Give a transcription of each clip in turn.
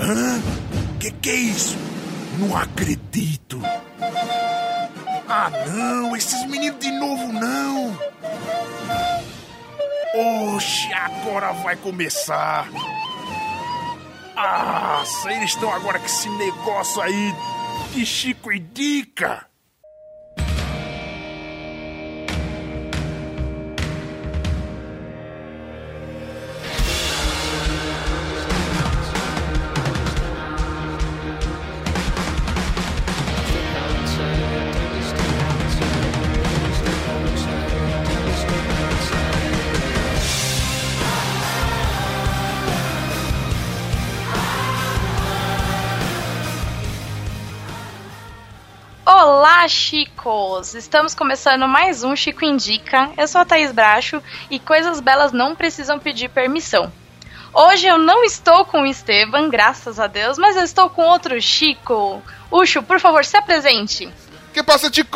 Hã? Que é isso? Não acredito. Ah, não, esses meninos de novo não. Oxe, agora vai começar. Ah, eles estão agora com esse negócio aí de Chico e Dica. Olá, Chicos! Estamos começando mais um Chico Indica. Eu sou a Thaís Bracho e coisas belas não precisam pedir permissão. Hoje eu não estou com o Esteban, graças a Deus, mas eu estou com outro Chico. Ucho, por favor, se apresente. Que passa, Chicos?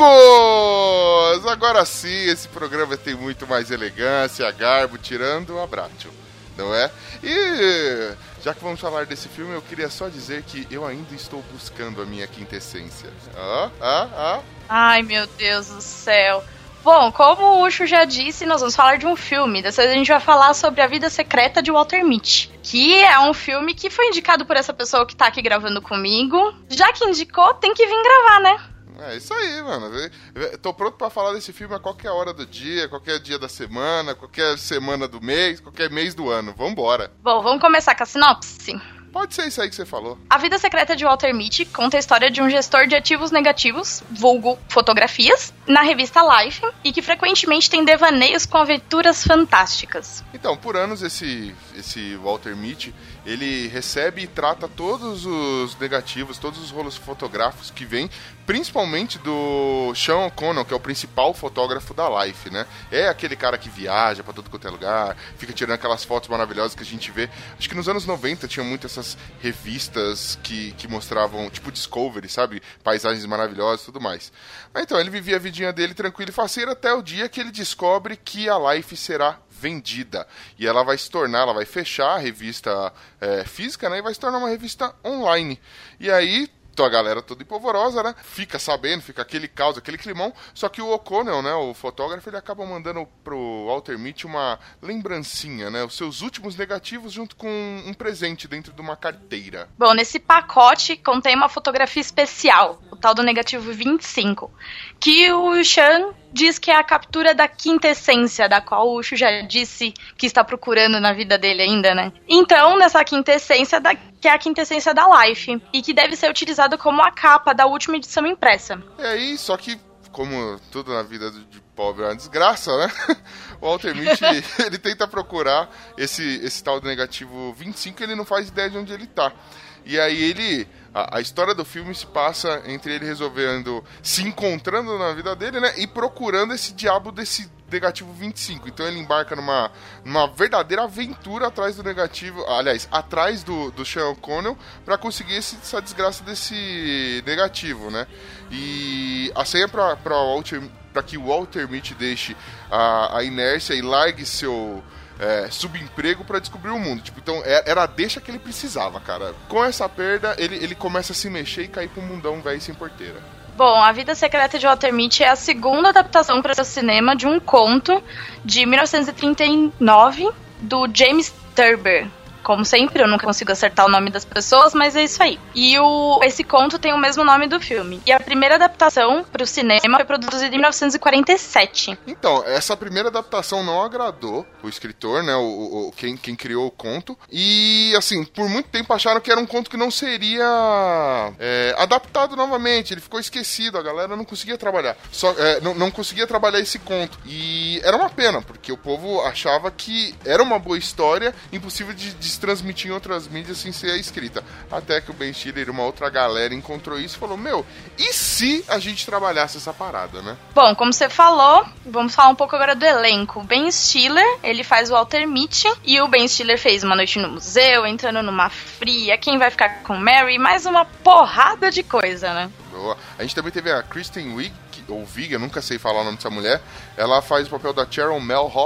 Agora sim, esse programa tem muito mais elegância, garbo, tirando o abraço, não é? E já que vamos falar desse filme, eu queria só dizer que eu ainda estou buscando a minha quintessência. Ai, meu Deus do céu. Bom, como o Ucho já disse, nós vamos falar de um filme. Dessa vez a gente vai falar sobre A Vida Secreta de Walter Mitty, que é um filme que foi indicado por essa pessoa que tá aqui gravando comigo. Já que indicou, tem que vir gravar, né? É isso aí, mano. Tô pronto pra falar desse filme a qualquer hora do dia, qualquer dia da semana, qualquer semana do mês, qualquer mês do ano. Vambora. Bom, vamos começar com a sinopse? Pode ser isso aí que você falou. A Vida Secreta de Walter Mitty conta a história de um gestor de ativos negativos, vulgo fotografias, na revista Life, e que frequentemente tem devaneios com aventuras fantásticas. Então, por anos, esse Walter Mitty, ele recebe e trata todos os negativos, todos os rolos fotográficos que vêm, principalmente do Sean O'Connell, que é o principal fotógrafo da Life, né? É aquele cara que viaja pra todo quanto é lugar, fica tirando aquelas fotos maravilhosas que a gente vê. Acho que nos anos 90 tinha muito essas revistas que mostravam, tipo Discovery, sabe? Paisagens maravilhosas e tudo mais. Mas então, ele vivia a vidinha dele tranquilo e faceiro até o dia que ele descobre que a Life será vendida. E ela vai se tornar, ela vai fechar a revista física, né? E vai se tornar uma revista online. E aí, a galera toda empolvorosa, né? Fica sabendo, fica aquele caos, aquele climão. Só que o O'Connell, né? O fotógrafo, ele acaba mandando pro Walter Mitty uma lembrancinha, né? Os seus últimos negativos junto com um presente dentro de uma carteira. Bom, nesse pacote contém uma fotografia especial, o tal do negativo 25, que o Sean diz que é a captura da quintessência, da qual o Ucho já disse que está procurando na vida dele ainda, né? Então, nessa quintessência, que é a quintessência da Life, e que deve ser utilizada como a capa da última edição impressa. E aí, só que, como tudo na vida de pobre é uma desgraça, né? O Walter Mitty, ele tenta procurar esse tal do negativo 25 e ele não faz ideia de onde ele tá. E aí a história do filme se passa entre ele resolvendo, se encontrando na vida dele, né? E procurando esse diabo desse negativo 25. Então ele embarca numa verdadeira aventura atrás do negativo, aliás, atrás do Sean O'Connell pra conseguir essa desgraça desse negativo, né? E a senha pra que o Walter Mitty deixe a inércia e largue seu subemprego pra descobrir o mundo. Tipo, então era a deixa que ele precisava, cara. Com essa perda, ele começa a se mexer e cair pro mundão velho sem porteira. Bom, A Vida Secreta de Walter Mitty é a segunda adaptação para o cinema de um conto de 1939 do James Thurber. Como sempre, eu nunca consigo acertar o nome das pessoas, mas é isso aí. E esse conto tem o mesmo nome do filme. E a primeira adaptação para o cinema foi produzida em 1947. Então, essa primeira adaptação não agradou o escritor, né? Quem criou o conto. E, assim, por muito tempo acharam que era um conto que não seria adaptado novamente. Ele ficou esquecido, a galera não conseguia trabalhar. Não conseguia trabalhar esse conto. E era uma pena, porque o povo achava que era uma boa história, impossível de transmitir em outras mídias sem ser escrita. Até que o Ben Stiller e uma outra galera encontrou isso e falou, e se a gente trabalhasse essa parada, né? Bom, como você falou, vamos falar um pouco agora do elenco. O Ben Stiller, ele faz o Walter Mitty, e o Ben Stiller fez Uma Noite no Museu, Entrando numa Fria, Quem Vai Ficar com Mary, mais uma porrada de coisa, né? Boa. A gente também teve a Kristen Wiig, ou Wiig, eu nunca sei falar o nome dessa mulher. Ela faz o papel da Cheryl Melhoff,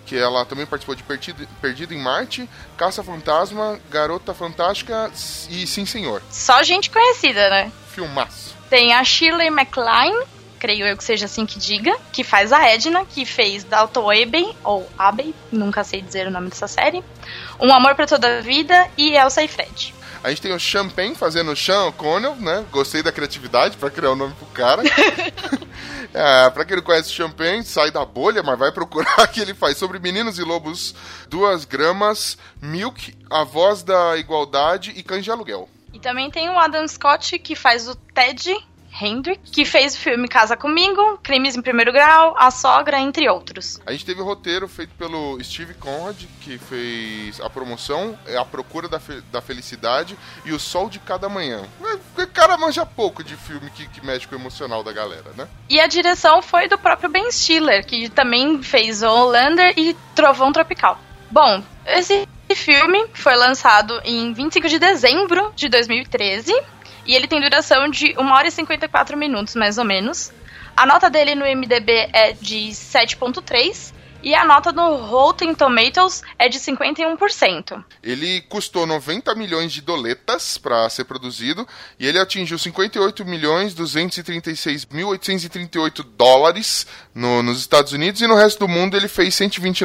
que ela também participou de Perdido em Marte, Caça-Fantasma, Garota Fantástica e Sim Senhor. Só gente conhecida, né? Filmaço. Tem a Shirley MacLaine, creio eu que seja assim que diga, que faz a Edna, que fez Dalton Abbey, ou Abbey, nunca sei dizer o nome dessa série, Um Amor pra Toda a Vida e Elsa e Fred. A gente tem o Sean Penn fazendo o Sean O'Connell, né? Gostei da criatividade pra criar o nome pro cara. Pra quem não conhece o Sean Penn, sai da bolha, mas vai procurar que ele faz sobre Meninos e Lobos, 2 gramas, Milk, A Voz da Igualdade e Cães de Aluguel. E também tem o Adam Scott, que faz o Ted Hendrick, que fez o filme Casa Comigo, Crimes em Primeiro Grau, A Sogra, entre outros. A gente teve o roteiro feito pelo Steve Conrad, que fez A Promoção, A Procura da Felicidade e O Sol de Cada Manhã. O cara manja pouco de filme que mexe com o emocional da galera, né? E a direção foi do próprio Ben Stiller, que também fez Zoolander e Trovão Tropical. Bom, esse filme foi lançado em 25 de dezembro de 2013... E ele tem duração de 1 hora e 54 minutos, mais ou menos. A nota dele no IMDb é de 7.3 e a nota no Rotten Tomatoes é de 51%. Ele custou 90 milhões de doletas para ser produzido e ele atingiu 58.236.838 dólares nos Estados Unidos, e no resto do mundo ele fez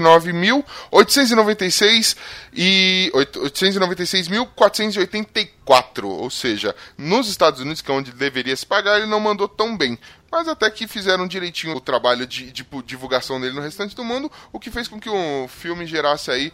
896.484, ou seja, nos Estados Unidos, que é onde deveria se pagar, ele não mandou tão bem. Mas até que fizeram direitinho o trabalho de divulgação dele no restante do mundo, o que fez com que o filme gerasse aí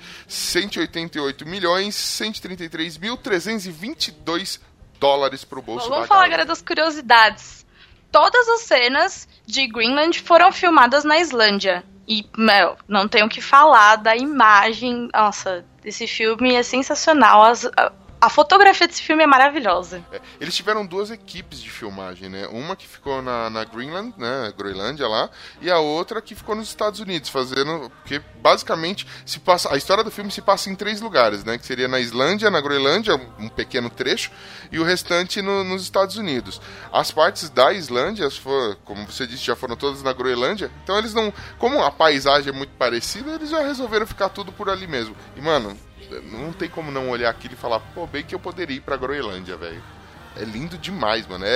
188.133.322 dólares pro bolso da Vamos falar galera. agora das curiosidades. Todas as cenas de Greenland foram filmadas na Islândia. E, não tenho o que falar da imagem. Nossa, esse filme é sensacional. A fotografia desse filme é maravilhosa. Eles tiveram 2 equipes de filmagem, né? Uma que ficou na Greenland, né? Groenlândia lá, e a outra que ficou nos Estados Unidos, fazendo... Porque, basicamente, a história do filme se passa em 3 lugares, né? Que seria na Islândia, na Groenlândia, um pequeno trecho, e o restante nos Estados Unidos. As partes da Islândia, como você disse, já foram todas na Groenlândia, então eles não... Como a paisagem é muito parecida, eles já resolveram ficar tudo por ali mesmo. E, mano... Não tem como não olhar aquilo e falar, pô, bem que eu poderia ir pra Groenlândia, velho. É lindo demais, mano.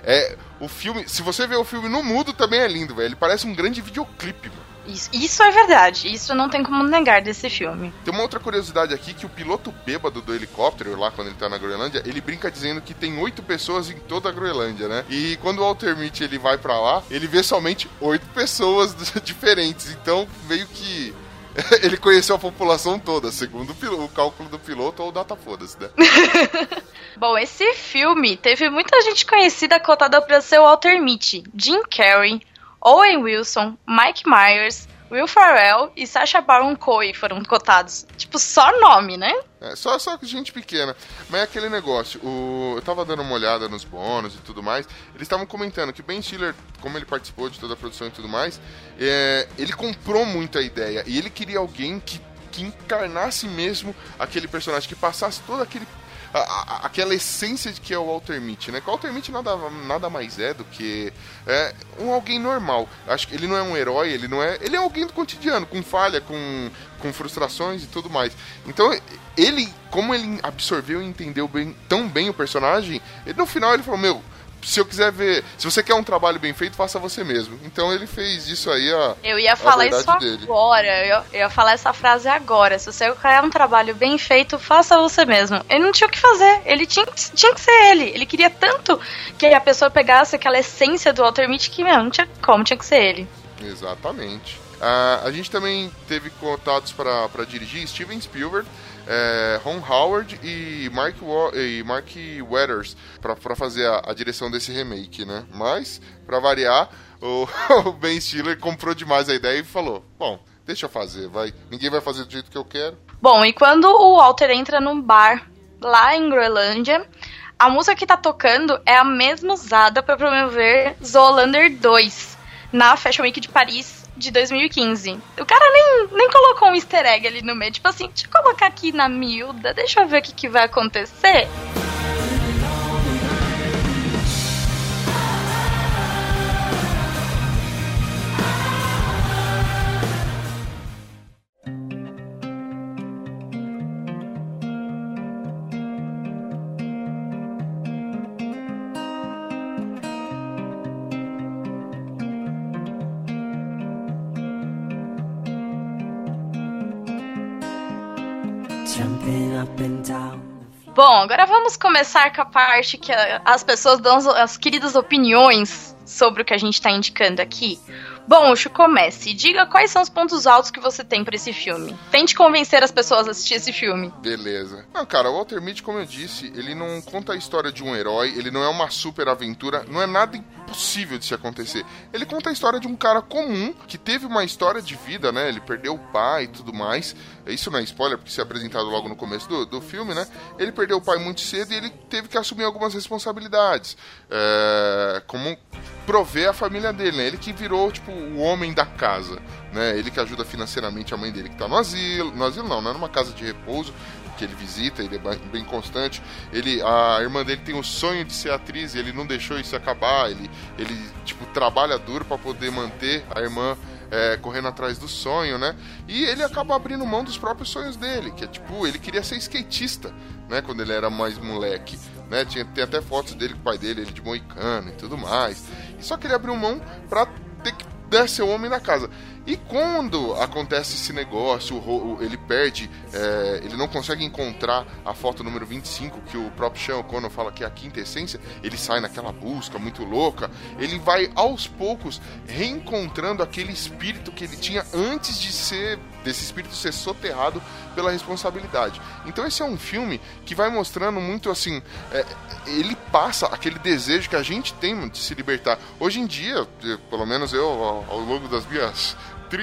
O filme, se você ver o filme no mudo, também é lindo, velho. Ele parece um grande videoclipe, mano. Isso é verdade. Isso não tem como negar desse filme. Tem uma outra curiosidade aqui, que o piloto bêbado do helicóptero, lá quando ele tá na Groenlândia, ele brinca dizendo que tem 8 pessoas em toda a Groenlândia, né? E quando o Walter Mitty ele vai pra lá, ele vê somente 8 pessoas diferentes. Então, meio que... ele conheceu a população toda, segundo o cálculo do piloto, ou data foda-se, né? Bom, esse filme teve muita gente conhecida cotada pra ser o Walter Mitty. Jim Carrey, Owen Wilson, Mike Myers, Will Ferrell e Sacha Baron Cohen foram cotados. Tipo, só nome, né? Só gente pequena. Mas é aquele negócio, eu tava dando uma olhada nos bônus e tudo mais, eles estavam comentando que Ben Stiller, como ele participou de toda a produção e tudo mais, ele comprou muito a ideia, e ele queria alguém que encarnasse mesmo aquele personagem, que passasse todo aquela essência de que é o Walter Mitty, né? O Walter Mitty nada mais é do que alguém normal. Acho que ele não é um herói, ele é alguém do cotidiano, com falha, com frustrações e tudo mais. Então, como ele absorveu e entendeu tão bem o personagem, no final ele falou, se você quer um trabalho bem feito, faça você mesmo. Então ele fez isso aí, eu ia falar isso agora, eu ia falar essa frase agora. Se você quer um trabalho bem feito, faça você mesmo. Ele não tinha o que fazer, ele tinha que ser ele queria tanto que a pessoa pegasse aquela essência do Walter Mitty que, não tinha como, tinha que ser ele. Exatamente. A gente também teve contatos para dirigir Steven Spielberg, Ron Howard e Mark Weathers para fazer a direção desse remake, né? Mas, para variar, o Ben Stiller comprou demais a ideia e falou, bom, deixa eu fazer, ninguém vai fazer do jeito que eu quero. Bom, e quando o Walter entra num bar lá em Groenlândia, a música que tá tocando é a mesma usada para promover Zoolander 2 na Fashion Week de Paris de 2015. O cara nem colocou um easter egg ali no meio, tipo assim, deixa eu colocar aqui na miúda, deixa eu ver o que vai acontecer. Bom, agora vamos começar com a parte que as pessoas dão as queridas opiniões sobre o que a gente tá indicando aqui. Bom, Ucho, comece. Diga quais são os pontos altos que você tem pra esse filme. Tente convencer as pessoas a assistir esse filme. Beleza. Não, cara, o Walter Mitty, como eu disse, ele não conta a história de um herói, ele não é uma super aventura, não é nada impossível de se acontecer. Ele conta a história de um cara comum, que teve uma história de vida, né? Ele perdeu o pai e tudo mais. Isso não é spoiler, porque isso é apresentado logo no começo do filme, né? Ele perdeu o pai muito cedo e ele teve que assumir algumas responsabilidades. Como prover a família dele, né? Ele que virou, tipo, o homem da casa, né? Ele que ajuda financeiramente a mãe dele que tá no asilo não é numa casa de repouso que ele visita, ele é bem constante. A irmã dele tem o sonho de ser atriz e ele não deixou isso acabar, ele tipo, trabalha duro para poder manter a irmã correndo atrás do sonho, né? E ele acaba abrindo mão dos próprios sonhos dele, que é tipo, ele queria ser skatista, né? Quando ele era mais moleque, né? Tem até fotos dele com o pai dele, ele de moicano e tudo mais. E só que ele abriu mão pra ter que ser o homem da casa. E quando acontece esse negócio, ele perde, ele não consegue encontrar a foto número 25, que o próprio Sean O'Connor fala que é a quinta essência, ele sai naquela busca muito louca, ele vai aos poucos reencontrando aquele espírito que ele tinha antes desse espírito ser soterrado pela responsabilidade. Então esse é um filme que vai mostrando muito assim, ele passa aquele desejo que a gente tem de se libertar. Hoje em dia, pelo menos eu, ao longo das minhas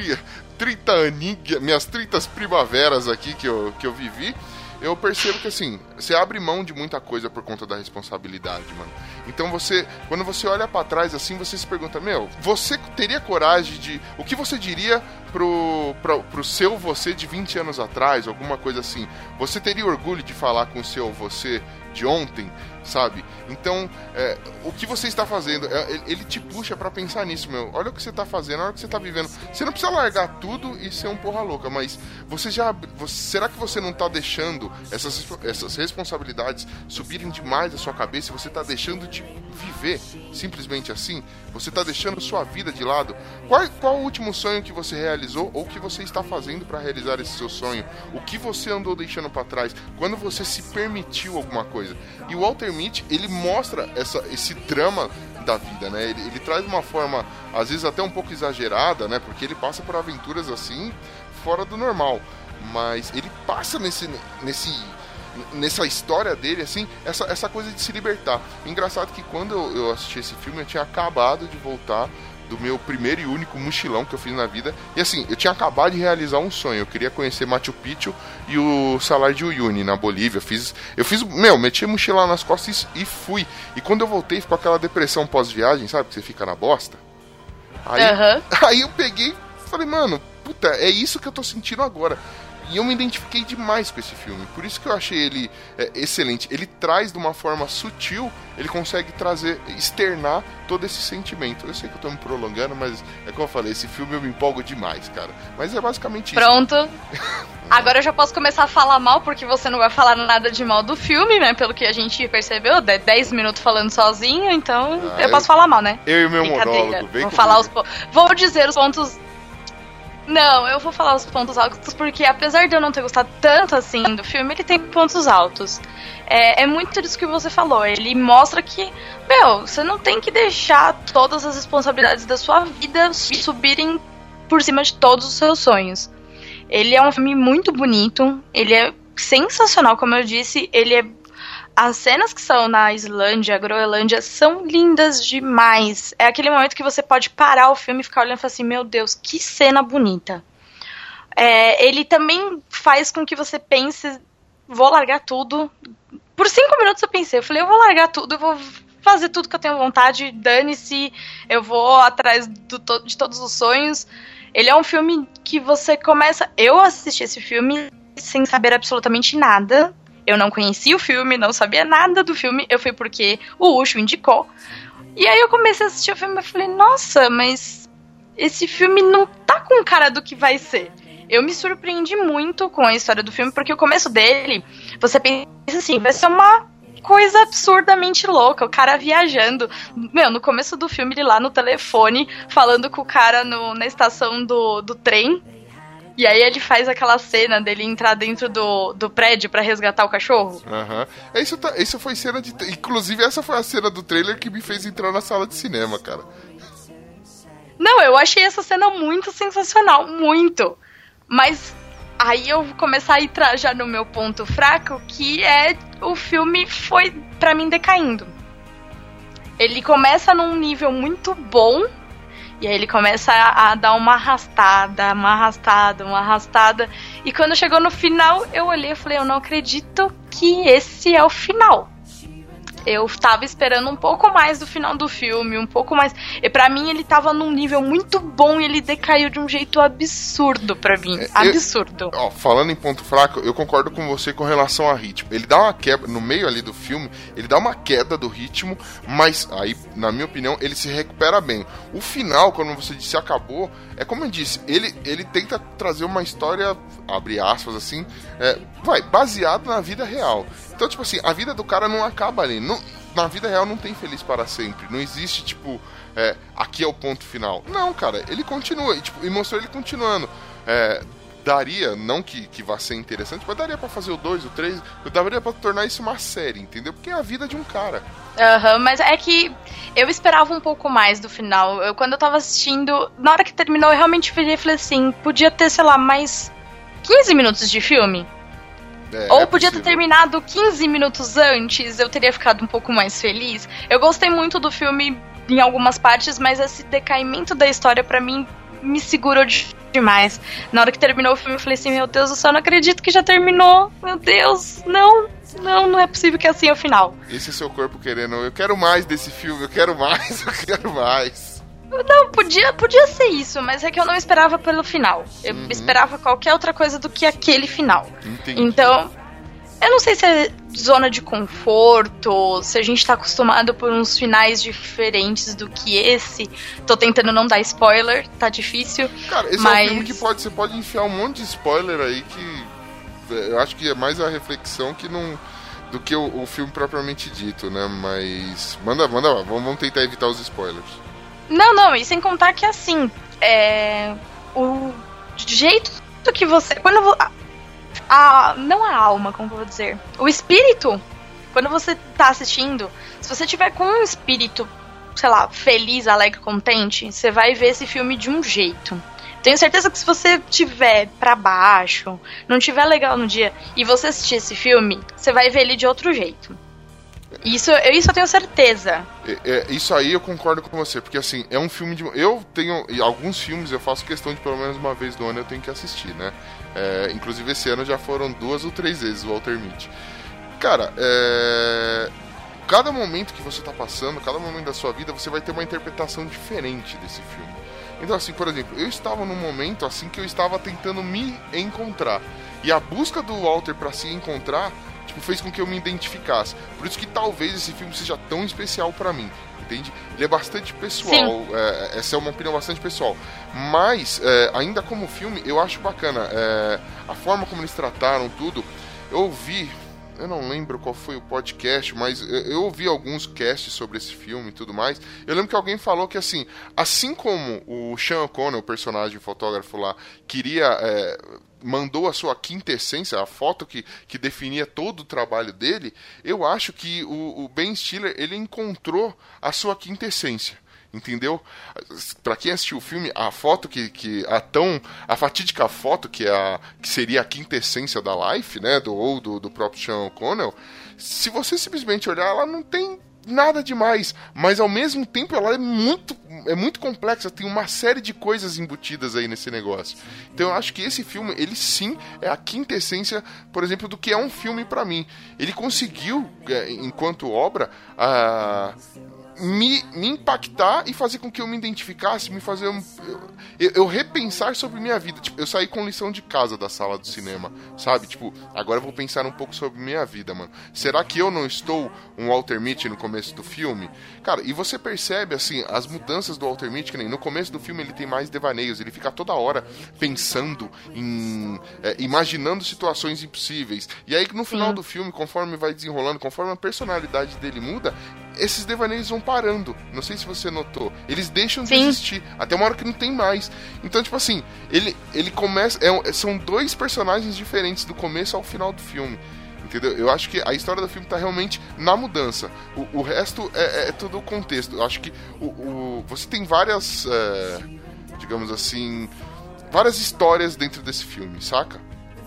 30 primaveras aqui que eu vivi, eu percebo que assim, você abre mão de muita coisa por conta da responsabilidade, mano. Então quando você olha pra trás assim, você se pergunta, você teria coragem de... O que você diria pro seu você de 20 anos atrás, alguma coisa assim? Você teria orgulho de falar com o seu você de ontem, sabe? Então, o que você está fazendo, ele te puxa pra pensar nisso, olha o que você tá fazendo, olha o que você tá vivendo. Você não precisa largar tudo e ser um porra louca, mas será que você não tá deixando essas responsabilidades subirem demais a sua cabeça e você tá deixando de viver simplesmente assim? Você tá deixando sua vida de lado? Qual o último sonho que você realizou ou que você está fazendo para realizar esse seu sonho? O que você andou deixando para trás? Quando você se permitiu alguma coisa? E o Walter Mitty, ele mostra esse drama da vida, né? Ele traz de uma forma, às vezes até um pouco exagerada, né? Porque ele passa por aventuras assim, fora do normal. Mas ele passa nessa história dele, assim, essa coisa de se libertar. Engraçado que quando eu assisti esse filme, eu tinha acabado de voltar do meu primeiro e único mochilão que eu fiz na vida. E assim, eu tinha acabado de realizar um sonho. Eu queria conhecer Machu Picchu e o Salar de Uyuni, na Bolívia. Meti a mochila nas costas e fui. E quando eu voltei, ficou aquela depressão pós-viagem, sabe? Que você fica na bosta. Aí eu peguei e falei, mano, puta, é isso que eu tô sentindo agora. E eu me identifiquei demais com esse filme. Por isso que eu achei ele excelente. Ele traz de uma forma sutil, ele consegue externar todo esse sentimento. Eu sei que eu tô me prolongando, mas é como eu falei, esse filme eu me empolgo demais, cara. Mas é basicamente isso. Pronto. Agora eu já posso começar a falar mal, porque você não vai falar nada de mal do filme, né? Pelo que a gente percebeu, 10 minutos falando sozinho, então eu posso falar mal, né? Eu e meu monólogo. Vou dizer os pontos... Não, eu vou falar os pontos altos porque, apesar de eu não ter gostado tanto assim do filme, ele tem pontos altos. É muito disso que você falou. Ele mostra que, você não tem que deixar todas as responsabilidades da sua vida subirem por cima de todos os seus sonhos. Ele é um filme muito bonito, ele é sensacional, como eu disse, as cenas que são na Islândia, Groenlândia, são lindas demais. É aquele momento que você pode parar o filme e ficar olhando e falar assim, meu Deus, que cena bonita. Ele também faz com que você pense, vou largar tudo. Por 5 minutos eu falei, eu vou largar tudo, eu vou fazer tudo que eu tenho vontade, dane-se, eu vou atrás de todos os sonhos. Ele é um filme que você começa... Eu assisti esse filme sem saber absolutamente nada. Eu não conhecia o filme, não sabia nada do filme. Eu fui porque o Ucho indicou. E aí eu comecei a assistir o filme e falei, nossa, mas esse filme não tá com cara do que vai ser. Eu me surpreendi muito com a história do filme, porque o começo dele, você pensa assim, vai ser uma coisa absurdamente louca, o cara viajando. No começo do filme, ele lá no telefone, falando com o cara na estação do trem. E aí ele faz aquela cena dele entrar dentro do prédio pra resgatar o cachorro. Aham. Isso foi cena de... Inclusive, essa foi a cena do trailer que me fez entrar na sala de cinema, cara. Não, eu achei essa cena muito sensacional, muito. Mas aí eu vou começar a entrar já no meu ponto fraco, que é o filme foi, pra mim, decaindo. Ele começa num nível muito bom, e aí ele começa a dar uma arrastada. E quando chegou no final, eu olhei e falei, eu não acredito que esse é o final. Eu tava esperando um pouco mais do final do filme, um pouco mais... E pra mim ele tava num nível muito bom e ele decaiu de um jeito absurdo pra mim. Absurdo. Falando em ponto fraco, eu concordo com você com relação a ritmo. Ele dá uma quebra, no meio ali do filme, ele dá uma queda do ritmo, mas aí, na minha opinião, ele se recupera bem. O final, quando você disse acabou, é como eu disse, ele tenta trazer uma história, abre aspas assim, baseado na vida real. Então, tipo assim, a vida do cara não acaba ali. Na vida real não tem feliz para sempre. Não existe, tipo, aqui é o ponto final. Não, cara, ele continua. E mostrou ele continuando. Daria, não que vá ser interessante, mas daria pra fazer o 2, o 3. Eu daria pra tornar isso uma série, entendeu? Porque é a vida de um cara. Mas é que eu esperava um pouco mais do final. Quando eu tava assistindo, na hora que terminou, eu realmente falei assim, podia ter, sei lá, mais 15 minutos de filme. Ou podia ter terminado 15 minutos antes, eu teria ficado um pouco mais feliz. Eu gostei muito do filme em algumas partes, mas esse decaimento da história pra mim me segurou demais. Na hora que terminou o filme eu falei assim, meu Deus do céu, não acredito que já terminou. Meu Deus, não é possível que assim é o final. Esse é seu corpo querendo, eu quero mais desse filme, eu quero mais. Não, podia ser isso, mas é que eu não esperava pelo final. Eu esperava qualquer outra coisa do que aquele final. Entendi. Então, eu não sei se é zona de conforto, se a gente tá acostumado por uns finais diferentes do que esse. Tô tentando não dar spoiler, tá difícil. Cara, esse é um filme que você pode enfiar um monte de spoiler aí que eu acho que é mais a reflexão que não... do que o filme propriamente dito, né? Mas manda lá, vamos tentar evitar os spoilers. Não, e sem contar que assim, o jeito que você... não a alma, como eu vou dizer, o espírito, quando você tá assistindo, se você tiver com um espírito, sei lá, feliz, alegre, contente, você vai ver esse filme de um jeito. Tenho certeza que se você tiver pra baixo, não tiver legal no dia, e você assistir esse filme, você vai ver ele de outro jeito. Isso eu tenho certeza. Isso aí eu concordo com você, porque assim, é um filme de... Eu tenho... Alguns filmes eu faço questão de pelo menos uma vez no ano eu tenho que assistir, né? Inclusive esse ano já foram 2 ou 3 vezes o Walter Mitty. Cara, cada momento que você tá passando, cada momento da sua vida, você vai ter uma interpretação diferente desse filme. Então assim, por exemplo, eu estava num momento assim que eu estava tentando me encontrar. E a busca do Walter pra se encontrar fez com que eu me identificasse. Por isso que talvez esse filme seja tão especial pra mim, entende? Ele é bastante pessoal, essa é uma opinião bastante pessoal, mas ainda como filme eu acho bacana a forma como eles trataram tudo. Eu ouvi, eu não lembro qual foi o podcast, mas eu ouvi alguns casts sobre esse filme e tudo mais. Eu lembro que alguém falou que assim como o Sean O'Connor, o personagem fotógrafo lá, mandou a sua quintessência, a foto que definia todo o trabalho dele, eu acho que o Ben Stiller, ele encontrou a sua quintessência, entendeu? Pra quem assistiu o filme, a foto a fatídica foto que seria a quintessência da Life, né, do próprio Sean O'Connor, se você simplesmente olhar, ela não tem nada demais, mas ao mesmo tempo ela é muito complexa, tem uma série de coisas embutidas aí nesse negócio. Então eu acho que esse filme, ele sim é a quintessência, por exemplo, do que é um filme pra mim. Ele conseguiu, enquanto obra, me impactar e fazer com que eu me identificasse, me fazer eu repensar sobre minha vida. Tipo, eu saí com lição de casa da sala do cinema, sabe? Tipo, agora eu vou pensar um pouco sobre minha vida, mano. Será que eu não estou um Walter Mitty no começo do filme? Cara, e você percebe, assim, as mudanças do Walter Mitty, que nem no começo do filme ele tem mais devaneios, ele fica toda hora pensando em... imaginando situações impossíveis. E aí no final do filme, conforme vai desenrolando, conforme a personalidade dele muda, esses devaneios vão parando. Não sei se você notou. Eles deixam de Sim. existir. Até uma hora que não tem mais. Então, tipo assim, ele começa... são dois personagens diferentes do começo ao final do filme. Entendeu? Eu acho que a história do filme tá realmente na mudança. O resto é todo o contexto. Eu acho que você tem várias... digamos assim... várias histórias dentro desse filme, saca?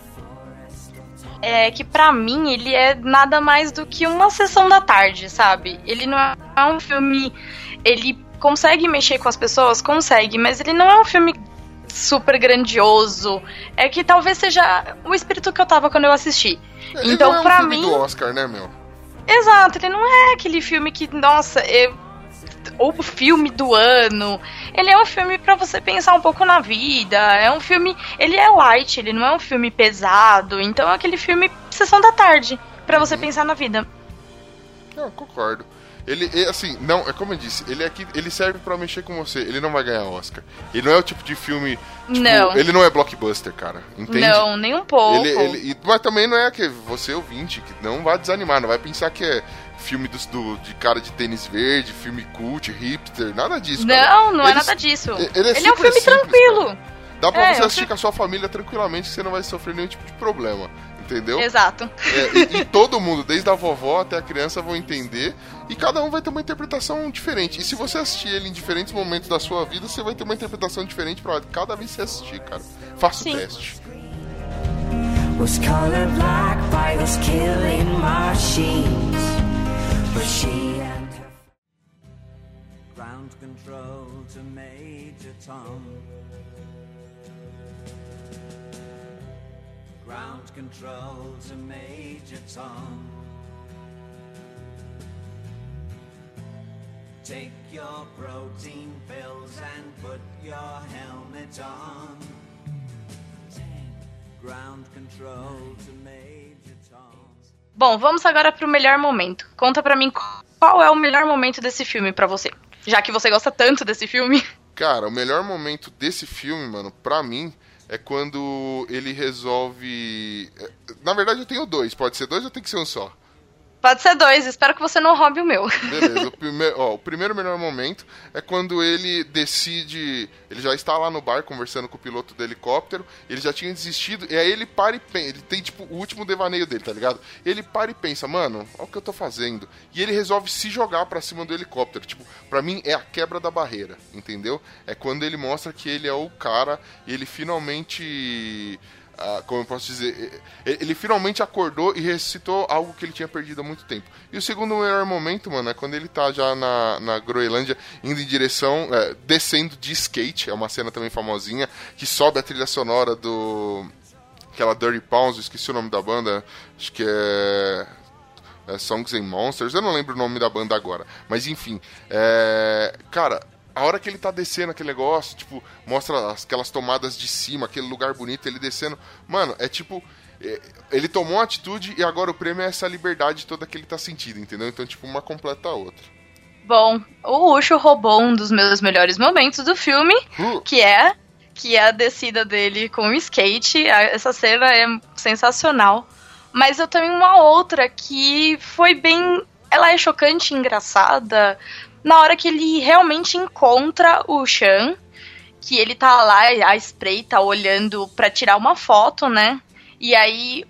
É que pra mim ele é nada mais do que uma sessão da tarde, sabe? Ele não é um filme... Ele consegue mexer com as pessoas? Consegue, mas ele não é um filme super grandioso. É que talvez seja o espírito que eu tava quando eu assisti. Ele então, não é um pra filme mim... do Oscar, né, meu? Exato, ele não é aquele filme que, nossa, ou o filme do ano. Ele é um filme pra você pensar um pouco na vida. É um filme... Ele é light, ele não é um filme pesado. Então é aquele filme sessão da tarde pra você pensar na vida. Não, concordo. Ele, assim, não, é como eu disse, ele serve pra mexer com você, ele não vai ganhar Oscar. Ele não é o tipo de filme, tipo, Não. ele não é blockbuster, cara, entende? Não, nem um pouco. Mas também não é que você ouvinte, que não vai desanimar, não vai pensar que é filme de cara de tênis verde, filme cult, hipster, nada disso, cara. Não é nada disso. Ele é um super filme simples, tranquilo. cara. Dá pra você é um assistir filme- com a sua família tranquilamente, que você não vai sofrer nenhum tipo de problema, entendeu? Exato. E todo mundo, desde a vovó até a criança, vão entender. E cada um vai ter uma interpretação diferente. E se você assistir ele em diferentes momentos da sua vida, você vai ter uma interpretação diferente pra cada vez que você assistir, cara. Faça o Sim. teste. Was colored black by those killing machines, but she and her ground control to Major Tom. Ground control to Major Tom. Take your protein pills and put your helmet on. Ground control to Major Tom. Bom, vamos agora pro melhor momento. Conta pra mim qual é o melhor momento desse filme pra você. Já que você gosta tanto desse filme. Cara, o melhor momento desse filme, mano, pra mim, é quando ele resolve... Na verdade, eu tenho dois. Pode ser dois ou tem que ser um só? Pode ser 2, espero que você não roube o meu. Beleza, o primeiro melhor momento é quando ele decide... Ele já está lá no bar conversando com o piloto do helicóptero, ele já tinha desistido, e aí ele para e pensa... Ele tem, tipo, o último devaneio dele, tá ligado? Ele para e pensa, mano, olha o que eu tô fazendo. E ele resolve se jogar pra cima do helicóptero. Tipo, pra mim é a quebra da barreira, entendeu? É quando ele mostra que ele é o cara, e ele finalmente... como eu posso dizer, ele finalmente acordou e ressuscitou algo que ele tinha perdido há muito tempo. E o segundo melhor momento, mano, é quando ele tá já na Groenlândia, indo em direção, descendo de skate, é uma cena também famosinha, que sobe a trilha sonora aquela Dirty Pounds, eu esqueci o nome da banda, acho que é Songs and Monsters, eu não lembro o nome da banda agora, mas enfim, cara... A hora que ele tá descendo aquele negócio, tipo, mostra aquelas tomadas de cima, aquele lugar bonito, ele descendo. Mano, é tipo... Ele tomou uma atitude e agora o prêmio é essa liberdade toda que ele tá sentindo, entendeu? Então, tipo, uma completa a outra. Bom, o Ucho roubou um dos meus melhores momentos do filme, que é a descida dele com o skate. Essa cena é sensacional. Mas eu tenho uma outra que foi bem... Ela é chocante e engraçada... Na hora que ele realmente encontra o Sean, que ele tá lá à espreita, olhando pra tirar uma foto, né? E aí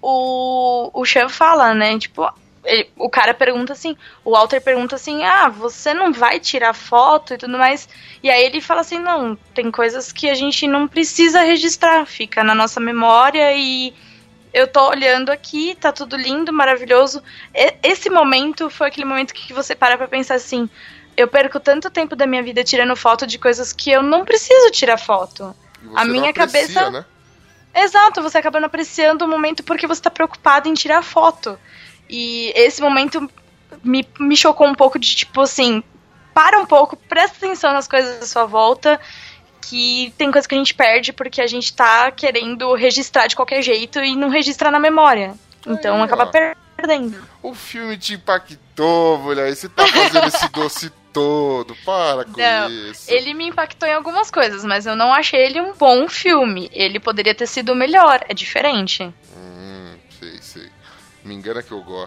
o Sean fala, né? Tipo, o cara pergunta assim, o Walter pergunta assim, você não vai tirar foto e tudo mais? E aí ele fala assim, não, tem coisas que a gente não precisa registrar, fica na nossa memória e... Eu tô olhando aqui, tá tudo lindo, maravilhoso. Esse momento foi aquele momento que você para pra pensar assim... Eu perco tanto tempo da minha vida tirando foto de coisas que eu não preciso tirar foto. E você A minha não aprecia, cabeça... né? Exato, você acaba não apreciando o momento porque você tá preocupado em tirar foto. E esse momento me chocou um pouco de tipo assim... Para um pouco, presta atenção nas coisas à sua volta... Que tem coisa que a gente perde porque a gente tá querendo registrar de qualquer jeito e não registra na memória. Então acaba perdendo. O filme te impactou, mulher. Você tá fazendo esse doce todo. Para com isso. Ele me impactou em algumas coisas, mas eu não achei ele um bom filme. Ele poderia ter sido melhor. É diferente. Sei. Me engana que eu gosto.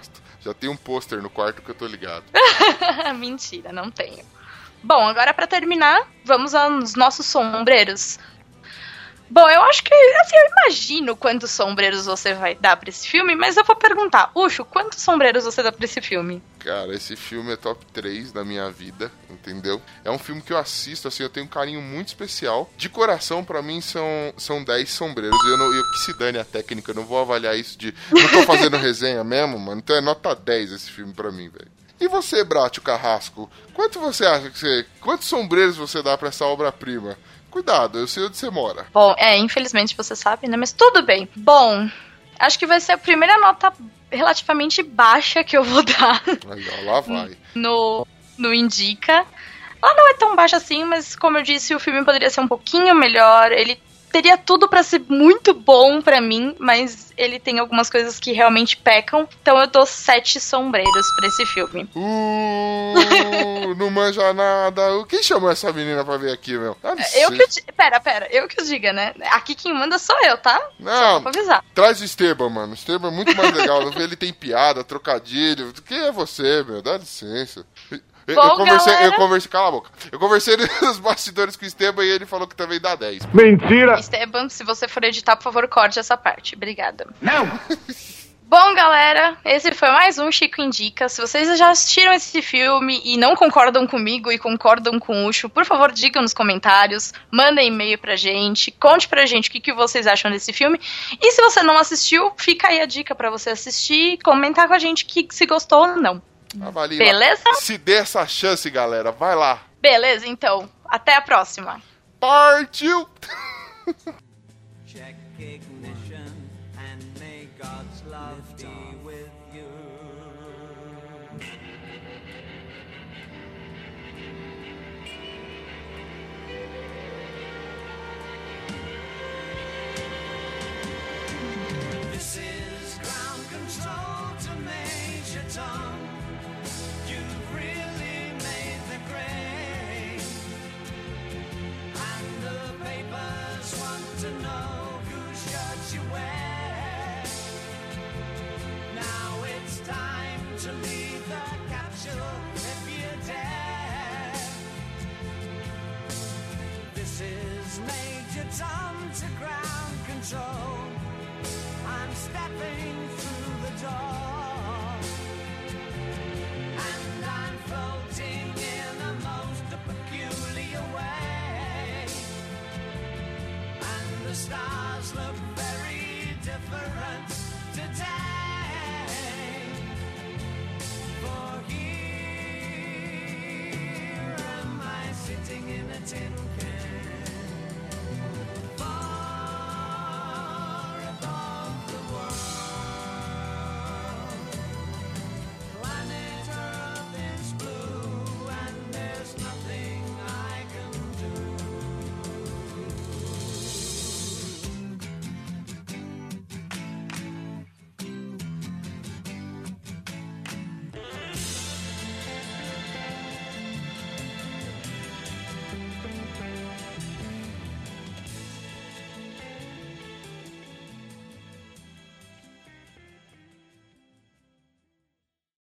Já tem um pôster no quarto que eu tô ligado. Mentira, não tenho. Bom, agora pra terminar, vamos aos nossos sombreiros. Bom, eu acho que, assim, eu imagino quantos sombreiros você vai dar pra esse filme, mas eu vou perguntar, Ucho, quantos sombreiros você dá pra esse filme? Cara, esse filme é top 3 da minha vida, entendeu? É um filme que eu assisto, assim, eu tenho um carinho muito especial. De coração, pra mim, são 10 sombreiros. Eu que se dane a técnica, eu não vou avaliar isso de... Não tô fazendo resenha mesmo, mano. Então é nota 10 esse filme pra mim, velho. E você, Bratio Carrasco? Quanto você acha que você... Quantos sombreiros você dá pra essa obra-prima? Cuidado, eu sei onde você mora. Bom, infelizmente você sabe, né? Mas tudo bem. Bom, acho que vai ser a primeira nota relativamente baixa que eu vou dar. Aí, ó, lá vai. No Indica. Ela não é tão baixa assim, mas como eu disse, o filme poderia ser um pouquinho melhor. Ele teria tudo pra ser muito bom pra mim, mas ele tem algumas coisas que realmente pecam. Então eu dou 7 sombreiros pra esse filme. Não manja nada. Quem chamou essa menina pra vir aqui, meu? Pera, eu que os diga, né? Aqui quem manda sou eu, tá? Não, só pra avisar. Traz o Esteban, mano. O Esteban é muito mais legal. Ele tem piada, trocadilho. Quem é você, meu? Dá licença. Eu conversei, cala a boca. Eu conversei nos bastidores com o Esteban e ele falou que também dá 10. Mentira! Esteban, se você for editar, por favor, corte essa parte. Obrigada. Não! Bom, galera, esse foi mais um Chico Indica. Se vocês já assistiram esse filme e não concordam comigo e concordam com o Ucho, por favor, digam nos comentários, mandem e-mail pra gente, conte pra gente o que vocês acham desse filme. E se você não assistiu, fica aí a dica pra você assistir e comentar com a gente se gostou ou não. Avalie. Beleza? Lá. Se dê essa chance, galera, vai lá. Beleza, então. Até a próxima. Partiu! Check ignition and may God's love be with you. This is ground control to Major Tom. You've really made the grade. And the papers want to know whose shirt you wear. Now it's time to leave the capsule if you dare. This is Major Tom to ground control. I'm stepping through the door.